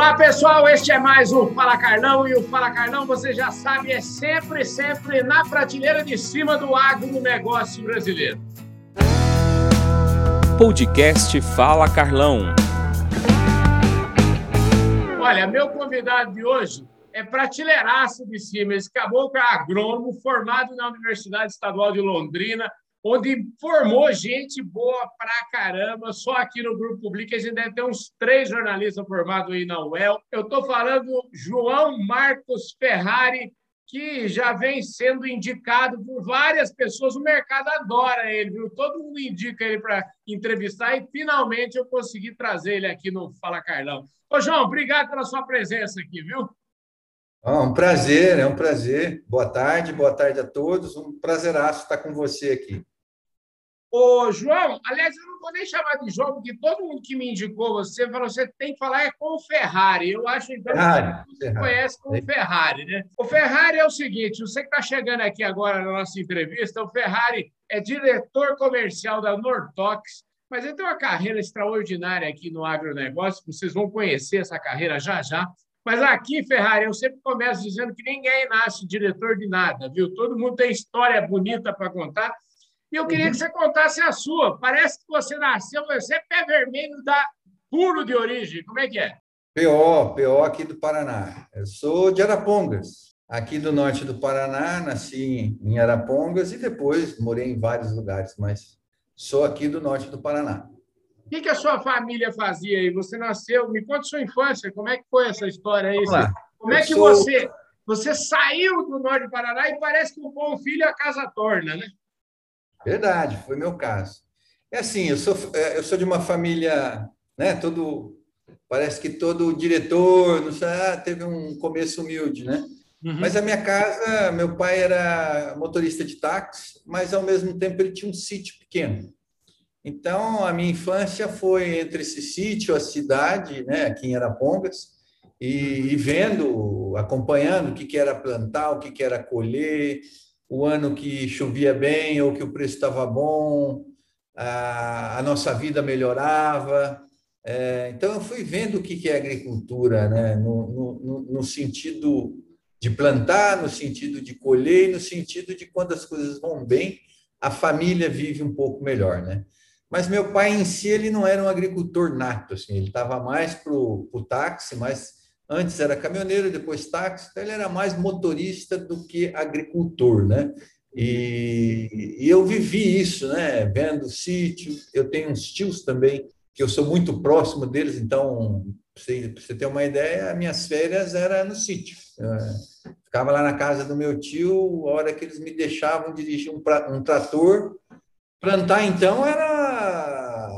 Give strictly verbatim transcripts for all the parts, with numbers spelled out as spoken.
Olá, pessoal, este é mais um Fala Carlão e o Fala Carlão, você já sabe, é sempre, sempre na prateleira de cima do agronegócio brasileiro. Podcast Fala Carlão. Olha, meu convidado de hoje é prateleiraço de cima, esse caboclo é agrônomo formado na Universidade Estadual de Londrina, onde formou gente boa pra caramba. Só aqui no Grupo Public a gente deve ter uns três jornalistas formados aí na U E L. Eu estou falando do João Marcos Ferrari, que já vem sendo indicado por várias pessoas. O mercado adora ele, viu? Todo mundo indica ele para entrevistar e finalmente eu consegui trazer ele aqui no Fala Carlão. Ô, João, obrigado pela sua presença aqui, viu? É um prazer, é um prazer. Boa tarde, boa tarde a todos. Um prazeraço estar com você aqui. Ô, João, aliás, eu não vou nem chamar de João, porque todo mundo que me indicou você falou você tem que falar é com o Ferrari. Eu acho, então, Ferrari, que você Ferrari. conhece como Ferrari, né? O Ferrari é o seguinte, você que está chegando aqui agora na nossa entrevista, o Ferrari é diretor comercial da Nortox, mas ele tem uma carreira extraordinária aqui no agronegócio, vocês vão conhecer essa carreira já já. Mas aqui, Ferrari, eu sempre começo dizendo que ninguém nasce diretor de nada, viu? Todo mundo tem história bonita para contar. E eu queria que você contasse a sua. Parece que você nasceu, você é pé vermelho da puro de origem. Como é que é? P O, P O aqui do Paraná. Eu sou de Arapongas, aqui do norte do Paraná. Nasci em Arapongas e depois morei em vários lugares, mas sou aqui do norte do Paraná. O que, que a sua família fazia aí? Você nasceu, me conta sua infância, como é que foi essa história aí? Vamos lá. Como é Eu que sou... você, você saiu do norte do Paraná e parece que um bom filho a casa torna, né? Verdade, foi meu caso. É assim, eu sou, eu sou de uma família, né, todo, parece que todo diretor, não sei, ah, teve um começo humilde, né? Uhum. Mas a minha casa, meu pai era motorista de táxi, mas ao mesmo tempo ele tinha um sítio pequeno. Então, a minha infância foi entre esse sítio, a cidade, né, aqui em Arapongas, e, e vendo, acompanhando o que, que era plantar, o que, que era colher, o ano que chovia bem ou que o preço estava bom, a, a nossa vida melhorava. É, então, eu fui vendo o que, que é agricultura, né, no, no, no sentido de plantar, no sentido de colher, no sentido de quando as coisas vão bem, a família vive um pouco melhor, né? Mas meu pai em si, ele não era um agricultor nato, assim, ele estava mais para o táxi, mas antes era caminhoneiro, depois táxi, então ele era mais motorista do que agricultor, né? E, e eu vivi isso, né? Vendo o sítio, eu tenho uns tios também, que eu sou muito próximo deles, então, para você, você ter uma ideia, minhas férias eram no sítio. Eu ficava lá na casa do meu tio, a hora que eles me deixavam dirigir um, um trator. Plantar, então, era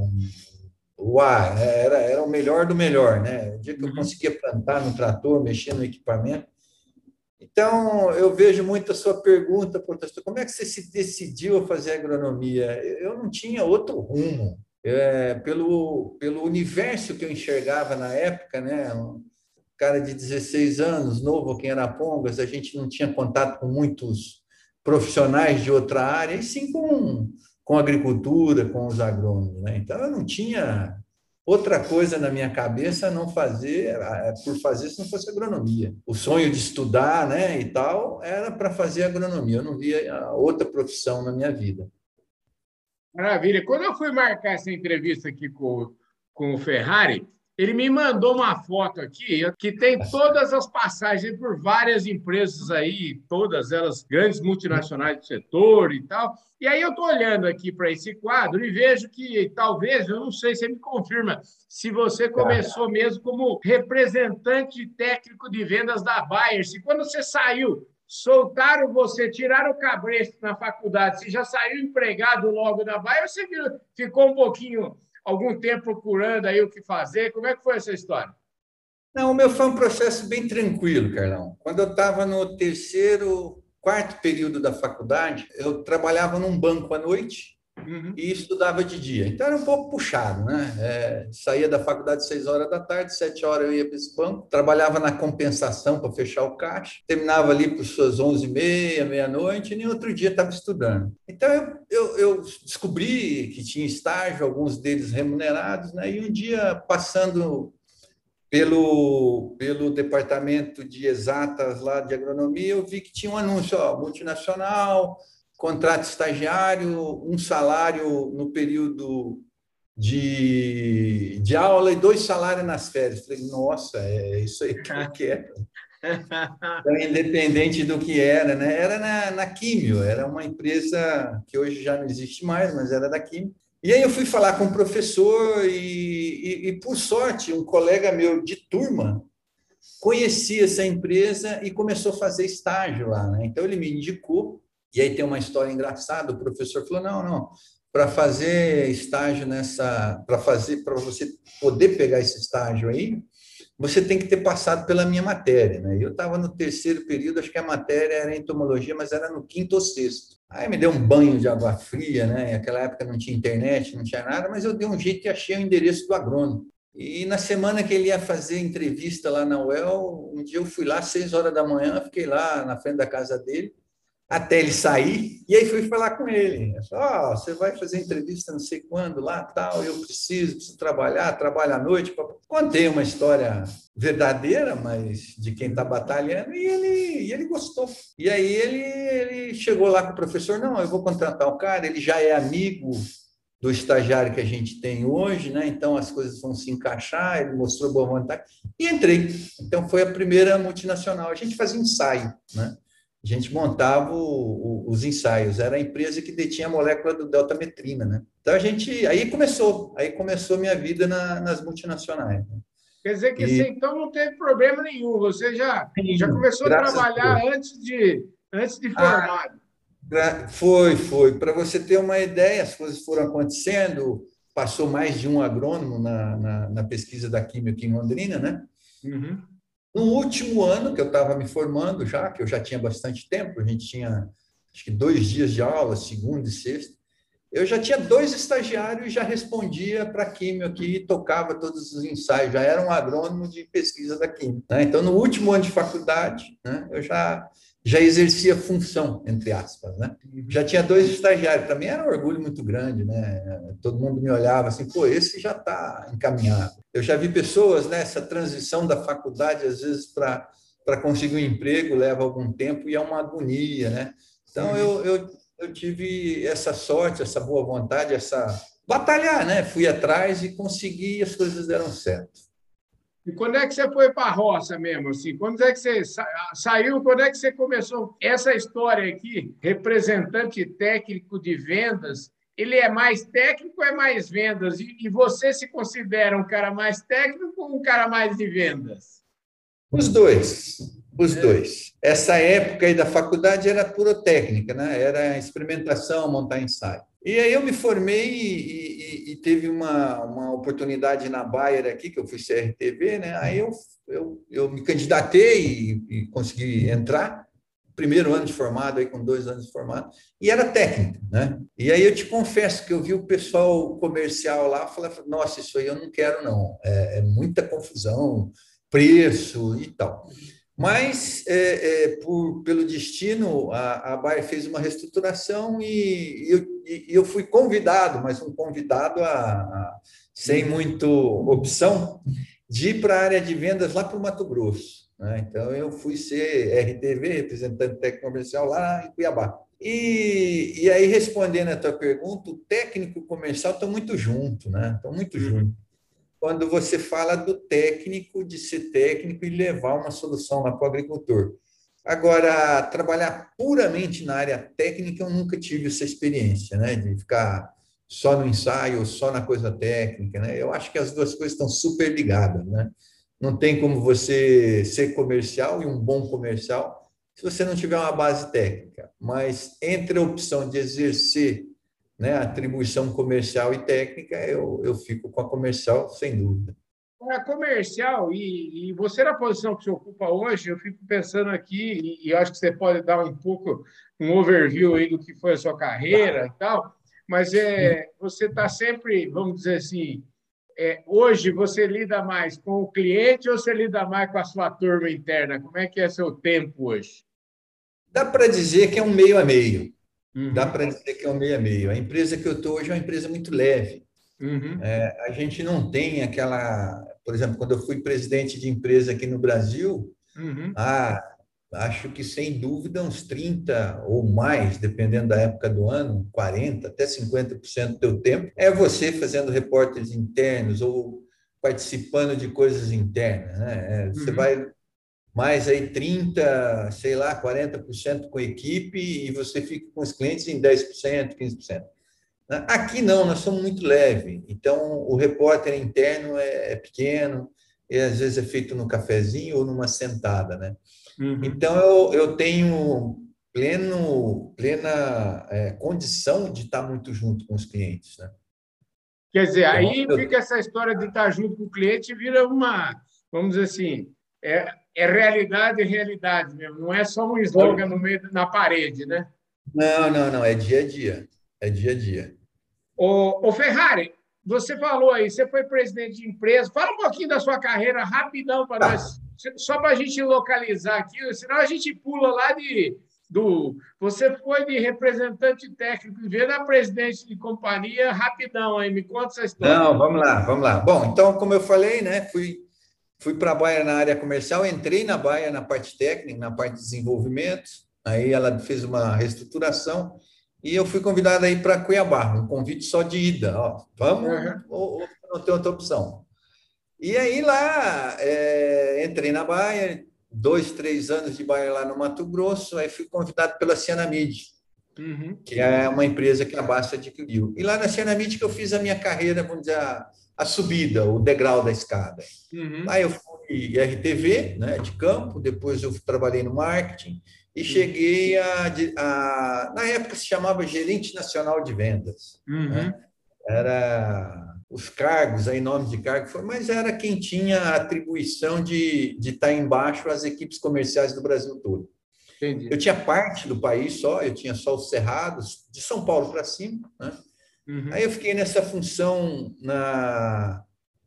uau, era, era o melhor do melhor, né? O dia que eu conseguia plantar no trator, mexer no equipamento. Então, eu vejo muito a sua pergunta, professor, como é que você se decidiu a fazer agronomia? Eu não tinha outro rumo. É, pelo, pelo universo que eu enxergava na época, né? Um cara de dezesseis anos, novo aqui em Arapongas, a gente não tinha contato com muitos profissionais de outra área, e sim com, com agricultura, com os agrônomos, né? Então, eu não tinha outra coisa na minha cabeça a não fazer, por fazer se não fosse agronomia. O sonho de estudar, né, e tal, era para fazer agronomia. Eu não via outra profissão na minha vida. Maravilha. Quando eu fui marcar essa entrevista aqui com, com o Ferrari, ele me mandou uma foto aqui que tem todas as passagens por várias empresas aí, todas elas grandes multinacionais do setor e tal. E aí eu estou olhando aqui para esse quadro e vejo que talvez, eu não sei, você me confirma, se você começou mesmo como representante técnico de vendas da Bayer. Se quando você saiu, soltaram você, tiraram o cabresto na faculdade, você já saiu empregado logo da Bayer ou você ficou um pouquinho... algum tempo procurando aí o que fazer? Como é que foi essa história? Não, o meu foi um processo bem tranquilo, Carlão. Quando eu estava no terceiro, quarto período da faculdade, eu trabalhava num banco à noite uhum. e estudava de dia. Então, era um pouco puxado, né? É, saía da faculdade às seis horas da tarde, sete horas eu ia para esse banco, trabalhava na compensação para fechar o caixa, terminava ali por suas onze e meia, meia-noite, e nem outro dia estava estudando. Então, eu, eu, eu descobri que tinha estágio, alguns deles remunerados, né? E um dia, passando pelo, pelo departamento de exatas lá de agronomia, eu vi que tinha um anúncio, ó, multinacional, contrato estagiário, um salário no período de, de aula e dois salários nas férias. Falei, nossa, é isso aí que eu quero. Então, independente do que era, né? Era na, na Químio, era uma empresa que hoje já não existe mais, mas era da Químio. E aí eu fui falar com o professor e, e, e, por sorte, um colega meu de turma conhecia essa empresa e começou a fazer estágio lá, né? Então ele me indicou, e aí tem uma história engraçada, o professor falou, não, não, para fazer estágio nessa, para fazer, para você poder pegar esse estágio aí, você tem que ter passado pela minha matéria, né? Eu estava no terceiro período, acho que a matéria era entomologia, mas era no quinto ou sexto. Aí me deu um banho de água fria, né? Naquela época não tinha internet, não tinha nada, mas eu dei um jeito e achei o endereço do agrônomo. E na semana que ele ia fazer entrevista lá na U E L, um dia eu fui lá, seis horas da manhã, fiquei lá na frente da casa dele, até ele sair, e aí fui falar com ele. Ó, oh, você vai fazer entrevista não sei quando lá, tal, eu preciso, preciso trabalhar, trabalho à noite. Contei uma história verdadeira, mas de quem está batalhando, e ele, e ele gostou. E aí ele, ele chegou lá com o professor, não, eu vou contratar o cara, ele já é amigo do estagiário que a gente tem hoje, né? Então as coisas vão se encaixar, ele mostrou boa vontade, e entrei. Então foi a primeira multinacional. A gente fazia ensaio, né? A gente montava o, o, os ensaios, era a empresa que detinha a molécula do deltametrina, né? Então a gente, aí começou, aí começou minha vida na, nas multinacionais. Né? Quer dizer que E, você então não teve problema nenhum, você já, já sim, começou a graças a trabalhar Deus. antes de, antes de Ah, formado. foi, foi. Para você ter uma ideia, as coisas foram acontecendo, passou mais de um agrônomo na, na, na pesquisa da Química aqui em Londrina, né? Uhum. No último ano que eu estava me formando já, que eu já tinha bastante tempo, a gente tinha acho que dois dias de aula, segunda e sexta, eu já tinha dois estagiários e já respondia para a Químio aqui, tocava todos os ensaios, já era um agrônomo de pesquisa da Químio. Né? Então, no último ano de faculdade, né, eu já, já exercia função, entre aspas. Né? Já tinha dois estagiários, para mim era um orgulho muito grande. Né? Todo mundo me olhava assim, pô, esse já está encaminhado. Eu já vi pessoas, né, essa transição da faculdade, às vezes, para para conseguir um emprego leva algum tempo e é uma agonia, né? Então, Uhum. eu, eu eu tive essa sorte, essa boa vontade, essa batalhar, né? Fui atrás e consegui, e as coisas deram certo. E quando é que você foi para a roça mesmo? Assim? Quando é que você sa- saiu? Quando é que você começou essa história aqui? Representante técnico de vendas, ele é mais técnico ou é mais vendas? E, e você se considera um cara mais técnico ou um cara mais de vendas? Os dois, os É. dois. Essa época aí da faculdade era pura técnica, né? Era experimentação, montar ensaio. E aí eu me formei e, e, e teve uma, uma oportunidade na Bayer aqui, que eu fui C R T V, né? Aí eu, eu, eu me candidatei e, e consegui entrar. Primeiro ano de formado, aí com dois anos de formado, e era técnica, né? E aí eu te confesso que eu vi o pessoal comercial lá, falei, nossa, isso aí eu não quero, não. É, é muita confusão, preço e tal. Mas, é, é, por, pelo destino, a, a Bayer fez uma reestruturação e, eu, e eu fui convidado, mas um convidado a, a, sem muito opção, de ir para a área de vendas lá para o Mato Grosso. Né? Então, eu fui ser R T V, representante técnico comercial, lá em Cuiabá. E, e aí, respondendo a tua pergunta, o técnico e o comercial estão muito juntos, né? Estão muito juntos. Quando você fala do técnico, de ser técnico e levar uma solução lá para o agricultor. Agora, trabalhar puramente na área técnica, eu nunca tive essa experiência, né? De ficar só no ensaio, só na coisa técnica, né? Eu acho que as duas coisas estão super ligadas, né? Não tem como você ser comercial e um bom comercial se você não tiver uma base técnica. Mas entre a opção de exercer, né, atribuição comercial e técnica, eu, eu fico com a comercial, sem dúvida. É comercial, e, e você na posição que você ocupa hoje, eu fico pensando aqui, e, e acho que você pode dar um pouco um overview aí do que foi a sua carreira e tal, mas é, você está sempre, vamos dizer assim, é, hoje você lida mais com o cliente ou você lida mais com a sua turma interna? Como é que é seu tempo hoje? Dá para dizer que é um meio a meio. Dá Uhum. para dizer que é um meio a meio. A empresa que eu estou hoje é uma empresa muito leve. Uhum. É, a gente não tem aquela... Por exemplo, quando eu fui presidente de empresa aqui no Brasil, Uhum. ah, acho que, sem dúvida, uns trinta ou mais, dependendo da época do ano, quarenta até cinquenta por cento do teu tempo, é você fazendo repórteres internos ou participando de coisas internas, né? É, você Uhum. vai mais aí trinta, sei lá, quarenta por cento com equipe e você fica com os clientes em dez por cento, quinze por cento. Aqui não, nós somos muito leve. Então, o repórter interno é, é pequeno, e às vezes é feito no cafezinho ou numa sentada, né? Uhum. Então, eu, eu tenho pleno, plena é, condição de estar muito junto com os clientes, né? Quer dizer, Então, aí fica eu, essa história de estar junto com o cliente, vira uma, vamos dizer assim, é, é realidade e realidade mesmo, não é só um slogan no meio, na parede, né? não, não, não, é dia a dia, é dia a dia. Ô, ô Ferrari, você falou aí, você foi presidente de empresa, fala um pouquinho da sua carreira rapidão para Tá. nós, só para a gente localizar aqui, senão a gente pula lá de, do... Você foi de representante técnico e veio da presidente de companhia rapidão aí, me conta essa história. Não, vamos lá, vamos lá. Bom, então, como eu falei, né, fui, fui para a Bayer na área comercial, entrei na Bayer na parte técnica, na parte de desenvolvimento, aí ela fez uma reestruturação e eu fui convidado aí para Cuiabá, um convite só de ida, ó, vamos Uhum. ou, ou não tem outra opção. E aí lá, é, entrei na Bayer, dois, três anos de Bayer lá no Mato Grosso, aí fui convidado pela Cianamid, Uhum. que é uma empresa que a Basta adquiriu. E lá na Cianamid que eu fiz a minha carreira, vamos dizer, a, a subida, o degrau da escada. Lá Uhum. eu fui R T V, né, de campo, depois eu trabalhei no marketing e Uhum. cheguei a, a na época se chamava gerente nacional de vendas, né? Uhum. Era os cargos, aí nome de cargo, foi, mas era quem tinha a atribuição de, de estar embaixo as equipes comerciais do Brasil todo. Eu Entendi. tinha parte do país só, eu tinha só os cerrados, de São Paulo para cima, né? Aí Uhum. eu fiquei nessa função na,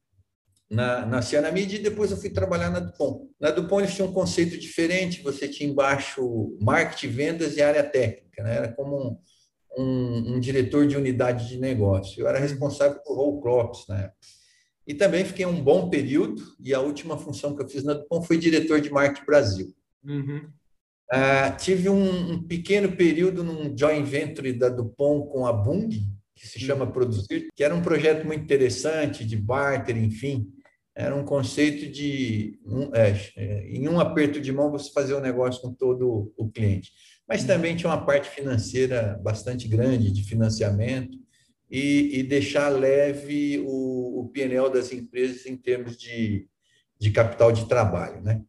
na, na Cianamid e depois eu fui trabalhar na Dupont. Na Dupont eles tinham um conceito diferente, você tinha embaixo marketing, vendas e área técnica, né? Era como um, um, um diretor de unidade de negócio. Eu era Uhum. responsável por whole crops, né? E também fiquei um bom período, e a última função que eu fiz na Dupont foi diretor de marketing Brasil. Uhum. Ah, tive um, um pequeno período num joint venture da Dupont com a Bung, que se chama Uhum. Produzir, que era um projeto muito interessante, de barter, enfim. Era um conceito de, um, é, em um aperto de mão, você fazer o um negócio com todo o cliente. Mas Uhum. também tinha uma parte financeira bastante grande, de financiamento, e, e deixar leve o, o P e L das empresas em termos de, de capital de trabalho, né?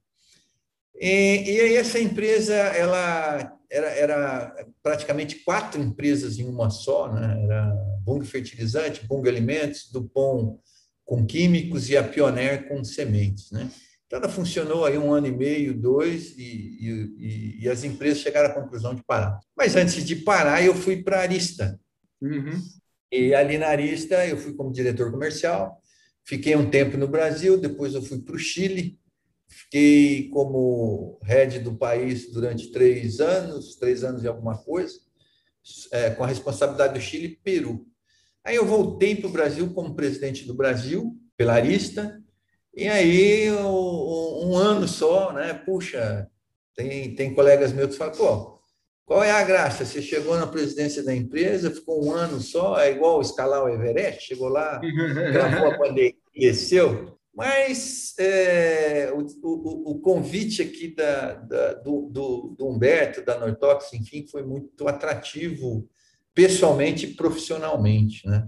E, e aí essa empresa, ela era, era praticamente quatro empresas em uma só, né? Era Bung Fertilizante, Bung Alimentos, Dupont com químicos e a Pioneer com sementes, né? Então ela funcionou aí um ano e meio, dois, e, e, e as empresas chegaram à conclusão de parar. Mas antes de parar, eu fui para a Arista. Uhum. E ali na Arista, eu fui como diretor comercial, fiquei um tempo no Brasil, depois eu fui para o Chile, fiquei como head do país durante três anos, três anos e alguma coisa, é, com a responsabilidade do Chile e Peru. Aí eu voltei para o Brasil como presidente do Brasil, pela Arista, e aí um, um ano só, né? Puxa, tem, tem colegas meus que falam, pô, qual é a graça? Você chegou na presidência da empresa, ficou um ano só, é igual escalar o Everest, chegou lá, cravou a bandeira e desceu. Mas é, o, o, o convite aqui da, da, do, do, do Humberto, da Nortox, enfim, foi muito atrativo pessoalmente e profissionalmente, né?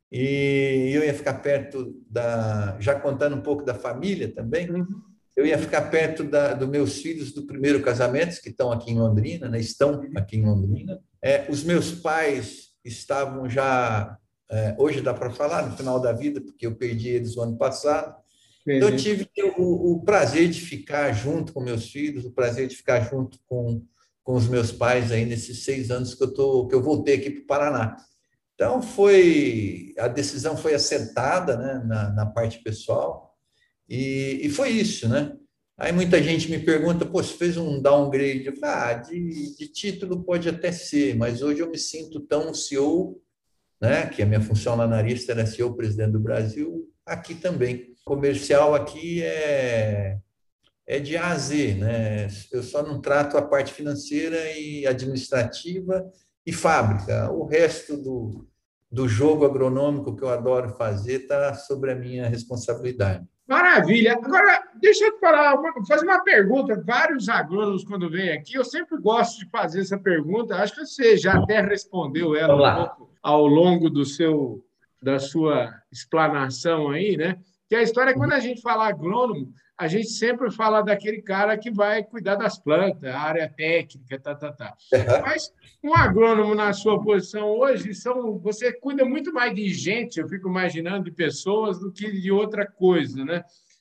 E eu ia ficar perto da, já contando um pouco da família também, Uhum. eu ia ficar perto da, dos meus filhos do primeiro casamento, que estão aqui em Londrina, né? Estão Uhum. aqui em Londrina. É, os meus pais estavam já, é, hoje dá para falar, no final da vida, porque eu perdi eles o ano passado. Então, eu Entendi. tive o, o prazer de ficar junto com meus filhos, o prazer de ficar junto com, com os meus pais aí nesses seis anos que eu, tô, que eu voltei aqui para o Paraná. Então, foi, a decisão foi assentada, né, na, na parte pessoal, e, e foi isso, né? Aí muita gente me pergunta, pô, você fez um downgrade? Eu falo, ah, de, de título pode até ser, mas hoje eu me sinto tão C E O né? Que a minha função lá na Arista era ser o presidente do Brasil, aqui também. Comercial aqui é, é de A a Z, né? Eu só não trato a parte financeira e administrativa e fábrica. O resto do, do jogo agronômico que eu adoro fazer está sobre a minha responsabilidade. Maravilha. Agora, deixa eu te falar, uma- fazer uma pergunta. Vários agrônomos, quando vêm aqui, eu sempre gosto de fazer essa pergunta. Acho que você já até respondeu ela Vamos um lá. pouco ao longo do seu, da sua explanação aí, né? Que a história, é quando a gente fala agrônomo, a gente sempre fala daquele cara que vai cuidar das plantas, a área técnica, tá, tá, tá. Mas um agrônomo na sua posição hoje, são, você cuida muito mais de gente, eu fico imaginando, de pessoas, do que de outra coisa, né?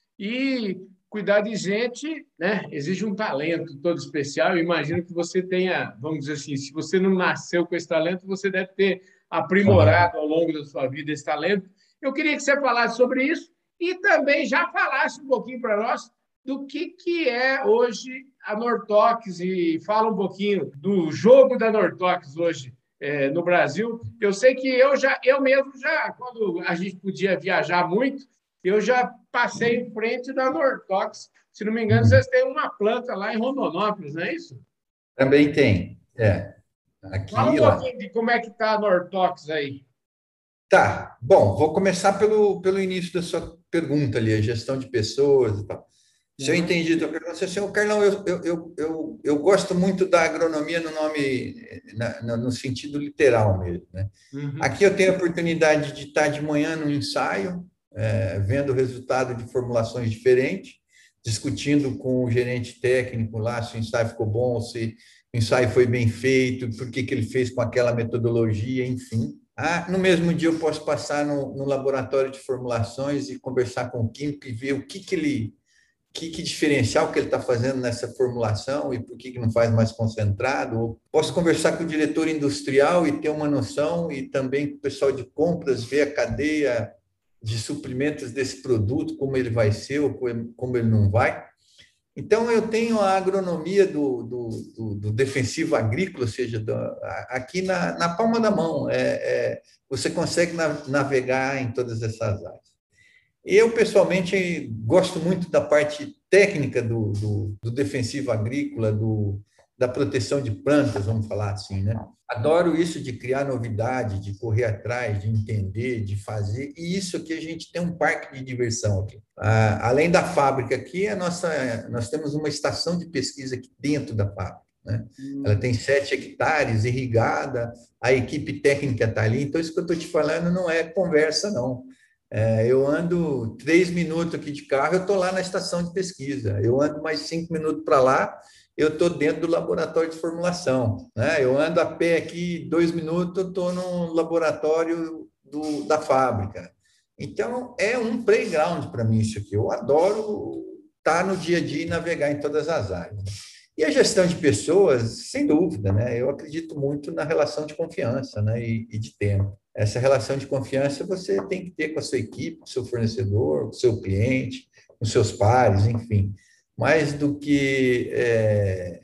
E cuidar de gente, né, exige um talento todo especial. Eu imagino que você tenha, vamos dizer assim, se você não nasceu com esse talento, você deve ter Uhum. aprimorado ao longo da sua vida esse talento. Eu queria que você falasse sobre isso e também já falasse um pouquinho para nós do que, que é hoje a Nortox e fala um pouquinho do jogo da Nortox hoje é, no Brasil. Eu sei que eu já, eu mesmo já, quando a gente podia viajar muito, eu já passei em frente da Nortox. Se não me engano, Uhum. vocês têm uma planta lá em Rondonópolis, não é isso? Também tem. É, Fala aqui um e lá. pouquinho de como é que está a Nortox aí. Tá, bom, vou começar pelo, pelo início da sua pergunta ali, a gestão de pessoas e tal. Se eu Uhum. entendi a tua pergunta, assim, ô, Carlão, eu, eu, eu, eu, eu gosto muito da agronomia no nome, na- na- no sentido literal mesmo, né? Uhum. Aqui eu tenho a oportunidade de estar de manhã no ensaio, é, vendo o resultado de formulações diferentes, discutindo com o gerente técnico lá se o ensaio ficou bom, se o ensaio foi bem feito, por que que ele fez com aquela metodologia, enfim. Ah, no mesmo dia eu posso passar no, no laboratório de formulações e conversar com o químico e ver o que que ele, que, que diferencial que ele está fazendo nessa formulação e por que, que não faz mais concentrado. Ou posso conversar com o diretor industrial e ter uma noção, e também com o pessoal de compras, ver a cadeia de suprimentos desse produto, como ele vai ser ou como ele não vai. Então, eu tenho a agronomia do, do, do, do defensivo agrícola, ou seja, do, aqui na, na palma da mão. É, é, você consegue navegar em todas essas áreas. Eu, pessoalmente, gosto muito da parte técnica do, do, do defensivo agrícola, do, da proteção de plantas, vamos falar assim, né? Adoro isso de criar novidade, de correr atrás, de entender, de fazer, e isso aqui a gente tem um parque de diversão aqui. Ah, além da fábrica aqui, a nossa, nós temos uma estação de pesquisa aqui dentro da fábrica, né? Ela tem sete hectares, irrigada, a equipe técnica está ali, então isso que eu estou te falando não é conversa, não. É, eu ando três minutos aqui de carro, eu estou lá na estação de pesquisa. Eu ando mais cinco minutos para lá, eu estou dentro do laboratório de formulação. Né? Eu ando a pé aqui dois minutos, eu estou no laboratório do, da fábrica. Então, é um playground para mim isso aqui. Eu adoro estar no dia a dia e navegar em todas as áreas. E a gestão de pessoas, sem dúvida, né? Eu acredito muito na relação de confiança, né? E, e de tempo. Essa relação de confiança você tem que ter com a sua equipe, com o seu fornecedor, com o seu cliente, com seus pares, enfim. Mais do que é,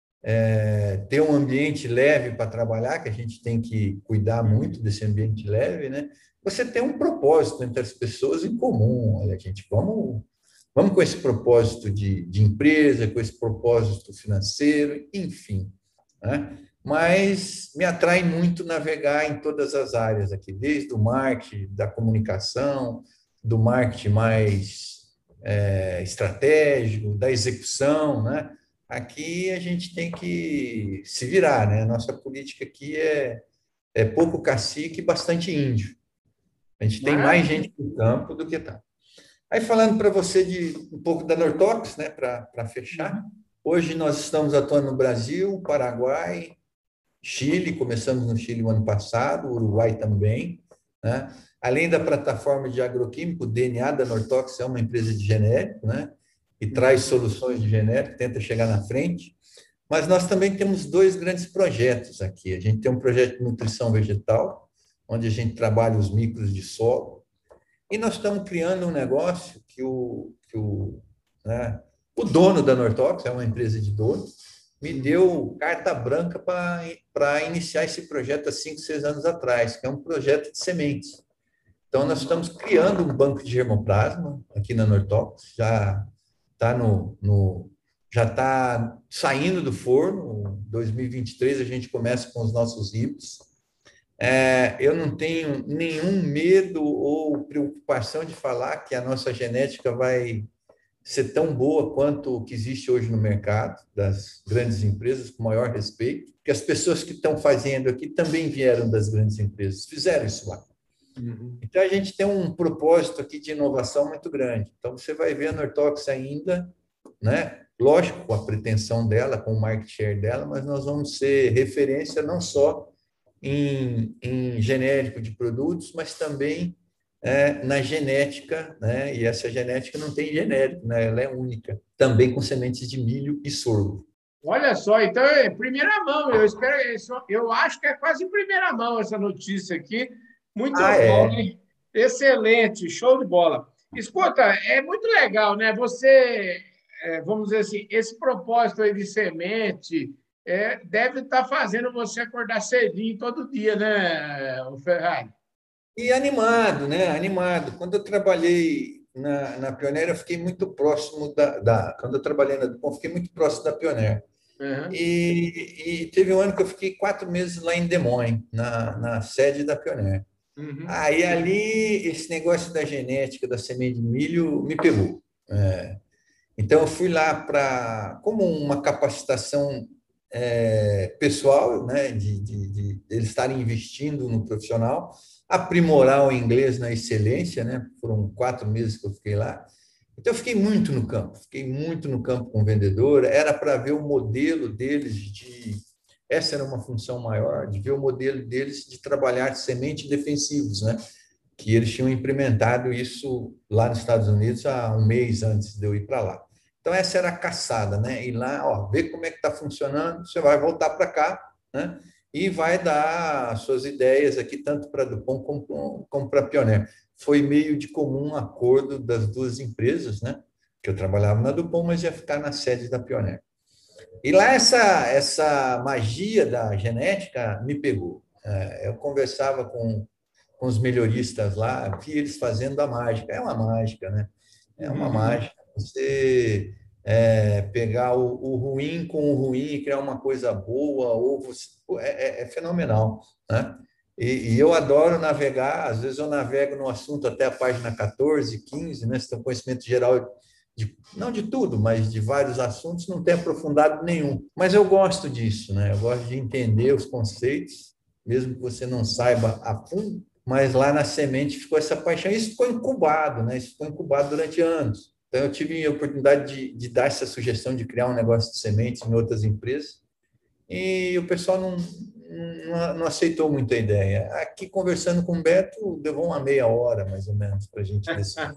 é, ter um ambiente leve para trabalhar, que a gente tem que cuidar muito desse ambiente leve, né? Você tem um propósito entre as pessoas em comum. Olha, gente, vamos, vamos com esse propósito de, de empresa, com esse propósito financeiro, enfim, né? Mas me atrai muito navegar em todas as áreas aqui, desde o marketing, da comunicação, do marketing mais é, estratégico, da execução, né? Aqui a gente tem que se virar, né? Nossa política aqui é, é pouco cacique e bastante índio. A gente tem mais Maravilha. gente no campo do que tá. Aí falando para você de um pouco da Nortox, né? Para fechar, Uhum. hoje nós estamos atuando no Brasil, Paraguai, Chile, começamos no Chile o ano passado, Uruguai também, né? Além da plataforma de agroquímico, o D N A da Nortox é uma empresa de genérico, né? E traz Uhum. soluções de genérico, tenta chegar na frente. Mas nós também temos dois grandes projetos aqui. A gente tem um projeto de nutrição vegetal, onde a gente trabalha os micros de solo, e nós estamos criando um negócio que o, que o, né, o dono da Nortox, é uma empresa de dono, me deu carta branca para iniciar esse projeto há cinco, seis anos atrás, que é um projeto de sementes. Então, nós estamos criando um banco de germoplasma aqui na Nortox, já está no, no, já está saindo do forno. Em dois mil e vinte e três a gente começa com os nossos híbridos. É, eu não tenho nenhum medo ou preocupação de falar que a nossa genética vai ser tão boa quanto o que existe hoje no mercado, das grandes empresas, com maior respeito, porque as pessoas que estão fazendo aqui também vieram das grandes empresas, fizeram isso lá. Uhum. Então, a gente tem um propósito aqui de inovação muito grande. Então, você vai ver a Nortox ainda, né? Lógico, com a pretensão dela, com o market share dela, mas nós vamos ser referência não só em, em genérico de produtos, mas também é, na genética, né? E essa genética não tem genérico, né? Ela é única, também com sementes de milho e sorgo. Olha só, então é primeira mão. Eu espero, eu acho que é quase em primeira mão essa notícia aqui. Muito ah, bom, é. hein? Excelente, show de bola. Escuta, é muito legal, né? Você, é, vamos dizer assim, esse propósito aí de semente é, deve estar fazendo você acordar cedinho todo dia, né, o Ferrari? E animado, né? Animado. Quando eu trabalhei na, na Pioneer, eu fiquei muito próximo da, da... Quando eu trabalhei na Dupont, eu fiquei muito próximo da Pioneer. Uhum. E, e teve um ano que eu fiquei quatro meses lá em Des Moines, na, na sede da Pioneer. Uhum. Aí ali, esse negócio da genética, da semente de milho, me pegou. É. Então, eu fui lá para, como uma capacitação é, pessoal, né, de, de, de, de eles estarem investindo no profissional, aprimorar o inglês na excelência, né? Foram quatro meses que eu fiquei lá. Então, eu fiquei muito no campo, fiquei muito no campo com o vendedor, era para ver o modelo deles de... Essa era uma função maior, de ver o modelo deles de trabalhar semente defensivos, né? Que eles tinham implementado isso lá nos Estados Unidos há um mês antes de eu ir para lá. Então, essa era a caçada, né? Ir lá, ó, ver como é que está funcionando, você vai voltar para cá, né? E vai dar suas ideias aqui, tanto para a Dupont como, como para a Pioneer. Foi meio de comum acordo das duas empresas, né? Que eu trabalhava na Dupont, mas ia ficar na sede da Pioneer. E lá essa, essa magia da genética me pegou. Eu conversava com, com os melhoristas lá, vi eles fazendo a mágica. É uma mágica, né? É uma uhum. mágica. Você é, pegar o, o ruim com o ruim e criar uma coisa boa, ou você, é, é, é fenomenal, né? E, e eu adoro navegar, às vezes eu navego no assunto até a página quatorze, quinze, né? Você tem um conhecimento geral, de, não de tudo, mas de vários assuntos, não tem aprofundado nenhum. Mas eu gosto disso, né? Eu gosto de entender os conceitos, mesmo que você não saiba a fundo, mas lá na semente ficou essa paixão. Isso ficou incubado, né? Isso ficou incubado durante anos. Então, eu tive a oportunidade de, de dar essa sugestão de criar um negócio de sementes em outras empresas e o pessoal não, não, não aceitou muito a ideia. Aqui, conversando com o Beto, levou uma meia hora, mais ou menos, para a gente decidir.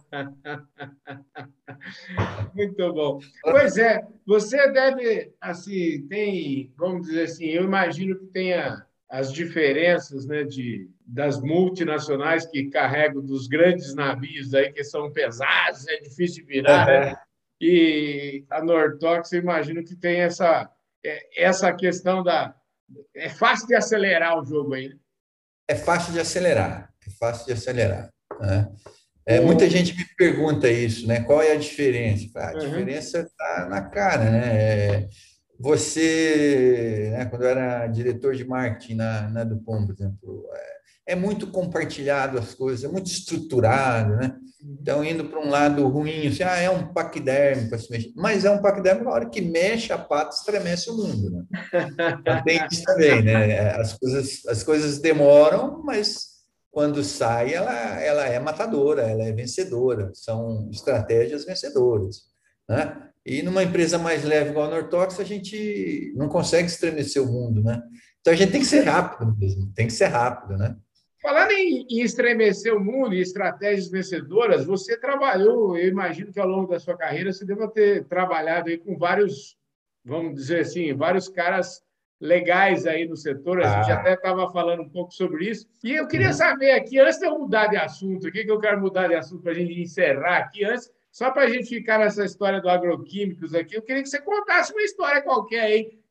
Muito bom. Pois é, você deve, assim, tem, vamos dizer assim, eu imagino que tenha as diferenças, né, de, das multinacionais que carregam dos grandes navios aí, que são pesados, é difícil de virar, uhum. né? E a Nortox, eu imagino que tem essa, essa questão da... É fácil de acelerar o jogo aí, né? É fácil de acelerar, é fácil de acelerar, né? É, muita gente me pergunta isso, né? Qual é a diferença? A uhum. diferença está na cara, né? É, você, né, quando eu era diretor de marketing na, na Dupont, por exemplo, é, é muito compartilhado as coisas, é muito estruturado, né? Então, indo para um lado ruim, assim, ah, é um paquiderme para se mexer, mas é um paquiderme na hora que mexe a pata, estremece o mundo, né? Então, tem isso também, né? As coisas, as coisas demoram, mas quando sai, ela, ela é matadora, ela é vencedora, são estratégias vencedoras, né? E numa empresa mais leve igual a Nortox, a gente não consegue estremecer o mundo, né? Então, a gente tem que ser rápido mesmo, tem que ser rápido, né? Falando em, em estremecer o mundo e estratégias vencedoras, você trabalhou, eu imagino que ao longo da sua carreira você deva ter trabalhado aí com vários, vamos dizer assim, vários caras legais aí no setor, a gente ah. até estava falando um pouco sobre isso. E eu queria saber aqui, antes de eu mudar de assunto, o que eu quero mudar de assunto para a gente encerrar aqui, antes, só para a gente ficar nessa história do agroquímicos aqui, eu queria que você contasse uma história qualquer aí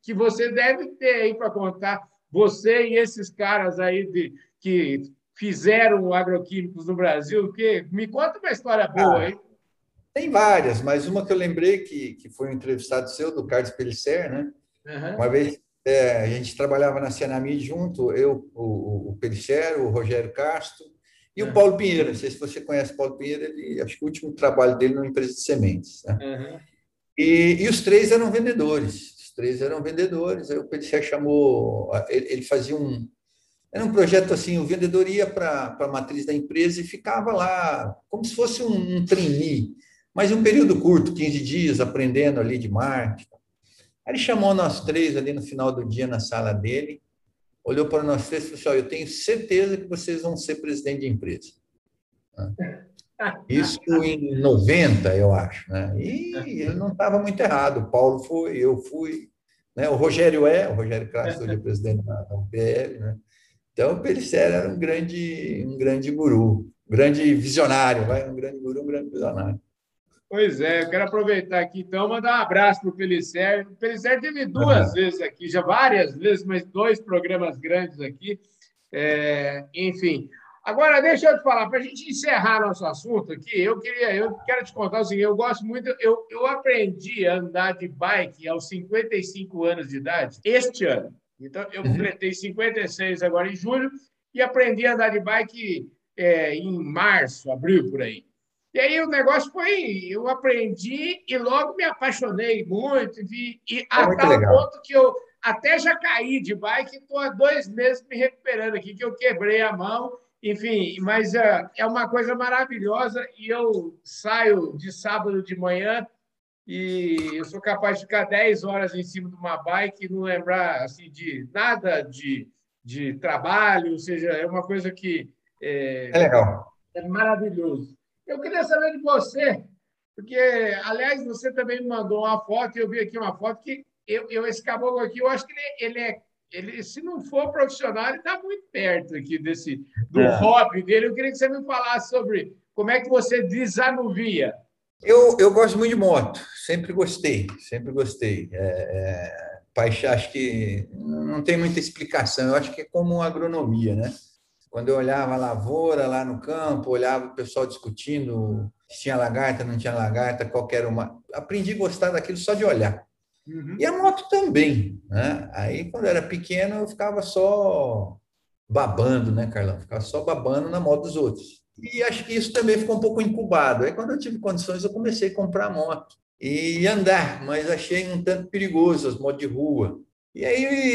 que você deve ter aí para contar, você e esses caras aí de, que fizeram agroquímicos no Brasil, que me conta uma história boa Ah, aí. tem várias, mas uma que eu lembrei que, que foi um entrevistado seu, do Carlos Pellicer, né? Uhum, Uma vez é, a gente trabalhava na Cenamid junto, eu, o, o Pellicer, o Rogério Castro e o uhum, Paulo Pinheiro. Não sei se você conhece o Paulo Pinheiro, ele, acho que o último trabalho dele numa empresa de sementes, né? uhum. E, e os três eram vendedores, os três eram vendedores. Aí o Pellicer chamou, ele, ele fazia um, era um projeto assim, o vendedor ia para a matriz da empresa e ficava lá, como se fosse um, um trainee, mas um período curto, quinze dias, aprendendo ali de marketing. Aí ele chamou nós três ali no final do dia na sala dele, olhou para nós três e falou assim: "Ó, eu tenho certeza que vocês vão ser presidente de empresa." Isso em noventa, eu acho, né? E ele não estava muito errado. O Paulo foi, eu fui, né? O Rogério é, o Rogério Castro hoje é presidente da U P L, né? Então, o Pellicer era um grande, um grande guru, um grande visionário, vai, um grande guru, um grande visionário. Pois é, eu quero aproveitar aqui, então, mandar um abraço para o Pellicer. O Pellicer teve duas Ah, vezes aqui, já várias vezes, mas dois programas grandes aqui. É, enfim. Agora, deixa eu te falar, para a gente encerrar nosso assunto aqui, eu queria, eu quero te contar o seguinte, eu gosto muito, eu, eu aprendi a andar de bike aos cinquenta e cinco anos de idade, este ano. Então, eu uhum. completei cinquenta e seis agora em julho e aprendi a andar de bike é, em março, abril, por aí. E aí o negócio foi, eu aprendi e logo me apaixonei muito, e, e É a muito tal legal. ponto que eu até já caí de bike, estou há dois meses me recuperando aqui, que eu quebrei a mão, enfim, mas é, é uma coisa maravilhosa e eu saio de sábado de manhã e eu sou capaz de ficar dez horas em cima de uma bike e não lembrar assim, de nada de, de trabalho, ou seja, é uma coisa que É é, legal. é maravilhoso. Eu queria saber de você, porque, aliás, você também me mandou uma foto, e eu vi aqui uma foto que eu, eu esse caboclo aqui, eu acho que ele, ele é, ele, se não for profissional, ele está muito perto aqui desse, do É. hobby dele. Eu queria que você me falasse sobre como é que você desanuvia. Eu, eu gosto muito de moto, sempre gostei, sempre gostei. É, é, paixão, acho que não tem muita explicação, eu acho que é como agronomia, né? Quando eu olhava a lavoura lá no campo, olhava o pessoal discutindo se tinha lagarta, não tinha lagarta, qualquer uma. Aprendi a gostar daquilo só de olhar. E Uhum. a moto também, né? Aí, quando eu era pequeno, eu ficava só babando, né, Carlão? Ficava só babando na moto dos outros. E acho que isso também ficou um pouco incubado. Aí, quando eu tive condições, eu comecei a comprar moto e andar, mas achei um tanto perigoso as motos de rua. E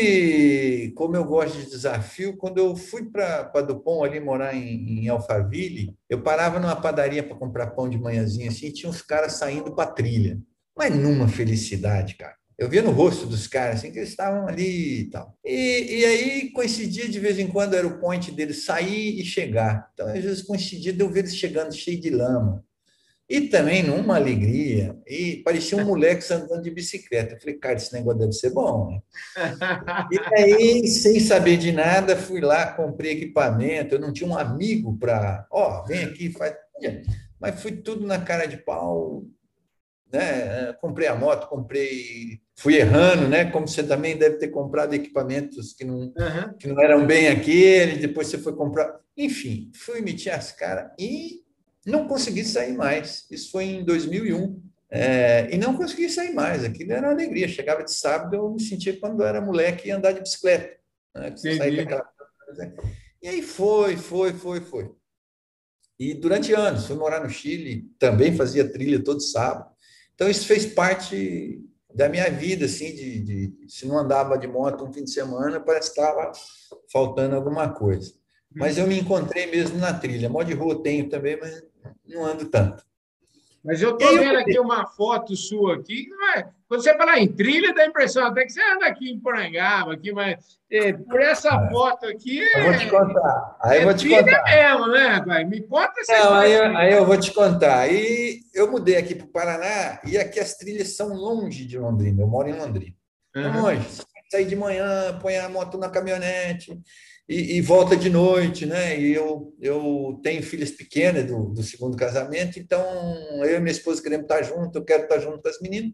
aí, como eu gosto de desafio, quando eu fui para Dupont ali morar em, em Alphaville, eu parava numa padaria para comprar pão de manhãzinha assim, e tinha uns caras saindo para trilha. Mas numa felicidade, cara. Eu via no rosto dos caras assim que eles estavam ali e tal. E, e aí coincidia de vez em quando, era o point deles sair e chegar. Então, às vezes coincidia de eu ver eles chegando cheio de lama. E também numa alegria. E parecia um moleque andando de bicicleta. Eu falei, cara, esse negócio deve ser bom, né? E aí, sem saber de nada, fui lá, comprei equipamento. Eu não tinha um amigo para, ó, oh, vem aqui, faz. Mas fui tudo na cara de pau, né? Comprei a moto, comprei, fui errando, né? Como você também deve ter comprado equipamentos que não, Uhum. que não eram bem aqueles, depois você foi comprar. Enfim, fui meter as caras e não consegui sair mais. Isso foi em dois mil e um. É, e não consegui sair mais. Aquilo era uma alegria. Chegava de sábado, eu me sentia quando eu era moleque e andar de bicicleta. Né? Você sair com Entendi. aquela. E aí foi, foi, foi, foi. E durante anos, fui morar no Chile, também fazia trilha todo sábado. Então, isso fez parte da minha vida, assim, de, de se não andava de moto um fim de semana, parece que estava faltando alguma coisa. Mas eu Uhum. me encontrei mesmo na trilha. Moto de rua tenho também, mas não ando tanto. Mas eu E estou aí eu... vendo aqui uma foto sua aqui. Não é, quando você fala em trilha, dá a impressão até que você anda aqui em Porangaba, aqui, mas é, por essa foto aqui eu vou te é, contar. Aí eu é vou te trilha contar. mesmo, né, pai? Me conta essa Não, aí, história eu- aí. aí eu vou te contar. E eu mudei aqui para o Paraná, e aqui as trilhas são longe de Londrina. Eu moro em Londrina. São Uhum. longe. Você tem que sair de manhã, põe a moto na caminhonete e, e volta de noite, né? E eu, eu tenho filhas pequenas do, do segundo casamento, então eu e minha esposa queremos estar juntos, eu quero estar junto com as meninas.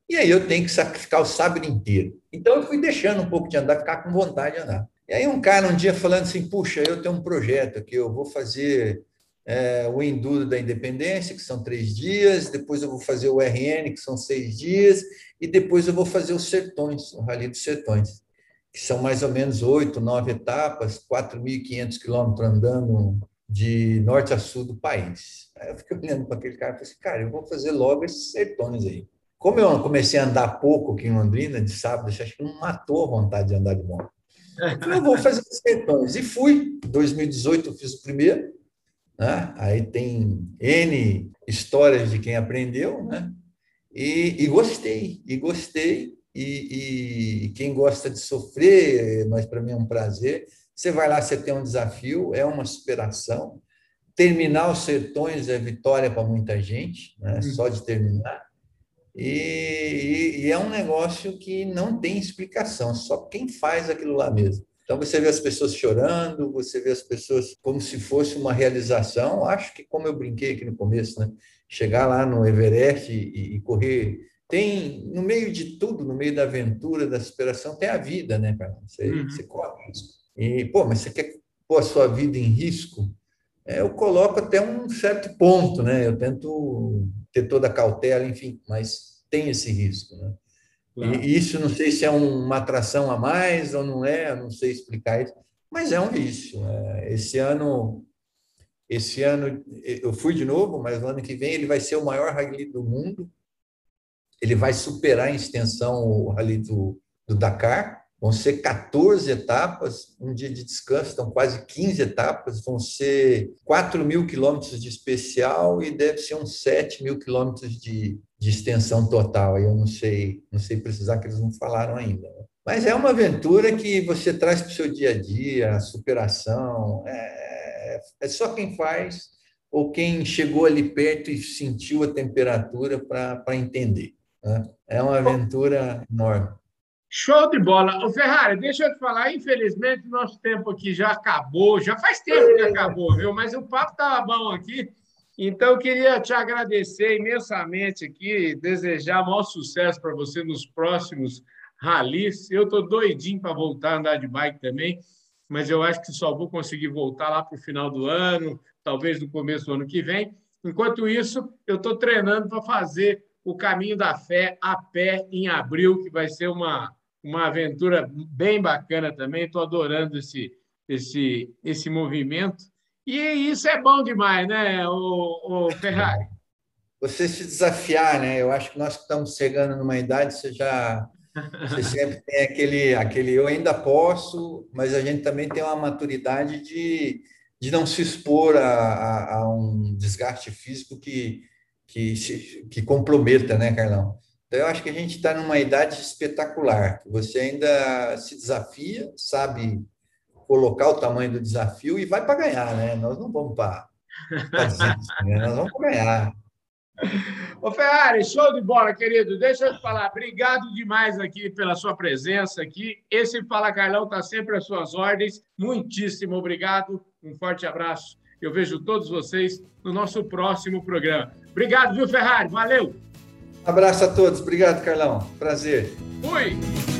E aí eu tenho que sacrificar o sábado inteiro. Então eu fui deixando um pouco de andar, ficar com vontade de andar. E aí um cara um dia falando assim, puxa, eu tenho um projeto aqui, eu vou fazer é, o Enduro da Independência, que são três dias, depois eu vou fazer o R N, que são seis dias, e depois eu vou fazer os Sertões, o Rally dos Sertões, que são mais ou menos oito, nove etapas, quatro mil e quinhentos quilômetros andando de norte a sul do país. Aí eu fiquei olhando para aquele cara e falei assim, cara, eu vou fazer logo esses Sertões aí. Como eu comecei a andar pouco aqui em Londrina, de sábado, acho que não matou a vontade de andar de moto. Eu falei, eu vou fazer os Sertões. E fui. Em dois mil e dezoito eu fiz o primeiro. Né? Aí tem N histórias de quem aprendeu, né? E, e gostei, e gostei. E, e quem gosta de sofrer, mas para mim é um prazer. Você vai lá, você tem um desafio, é uma superação. Terminar os Sertões é vitória para muita gente, né? Só de terminar. E, e, e é um negócio que não tem explicação, só quem faz aquilo lá mesmo. Então, você vê as pessoas chorando, você vê as pessoas como se fosse uma realização. Acho que, como eu brinquei aqui no começo, né? Chegar lá no Everest e, e correr. Tem, no meio de tudo, no meio da aventura, da superação, tem a vida, né, cara? Você, uhum. você corre risco. E, pô, mas você quer pôr a sua vida em risco? É, eu coloco até um certo ponto, né? Eu tento ter toda a cautela, enfim, mas tem esse risco, né? Claro. E isso não sei se é uma atração a mais ou não é, eu não sei explicar isso, mas é um vício. Né? Esse ano, esse ano eu fui de novo, mas no ano que vem ele vai ser o maior rally do mundo. Ele vai superar em extensão o rally do, do Dakar. Vão ser quatorze etapas, um dia de descanso, então quase quinze etapas, vão ser quatro mil quilômetros de especial e deve ser uns sete mil quilômetros de, de extensão total. Aí eu não sei, não sei precisar, que eles não falaram ainda. Né? Mas é uma aventura que você traz para o seu dia a dia, a superação. É, é só quem faz ou quem chegou ali perto e sentiu a temperatura para entender. Né? É uma aventura enorme. Show de bola. Ô, Ferrari, deixa eu te falar, infelizmente, nosso tempo aqui já acabou, já faz tempo que acabou, viu? Mas o papo estava bom aqui, então eu queria te agradecer imensamente aqui, desejar maior sucesso para você nos próximos ralis. Eu estou doidinho para voltar a andar de bike também, mas eu acho que só vou conseguir voltar lá para o final do ano, talvez no começo do ano que vem. Enquanto isso, eu estou treinando para fazer o Caminho da Fé a pé em abril, que vai ser uma... uma aventura bem bacana também, estou adorando esse, esse, esse movimento. E isso é bom demais, né, o, o Ferrari? Você se desafiar, né? Eu acho que nós estamos chegando numa idade, você já... Você sempre tem aquele, aquele eu ainda posso, mas a gente também tem uma maturidade de, de não se expor a, a, a um desgaste físico que, que, que comprometa, né, Carlão? Então, eu acho que a gente está numa idade espetacular, que você ainda se desafia, sabe colocar o tamanho do desafio e vai para ganhar, né? Nós não vamos para desistir, né? Nós vamos para ganhar. Ô, Ferrari, show de bola, querido. Deixa eu te falar, obrigado demais aqui pela sua presença aqui. Esse Fala Carlão está sempre às suas ordens. Muitíssimo obrigado, um forte abraço. Eu vejo todos vocês no nosso próximo programa. Obrigado, viu, Ferrari? Valeu! Abraço a todos. Obrigado, Carlão. Prazer. Fui!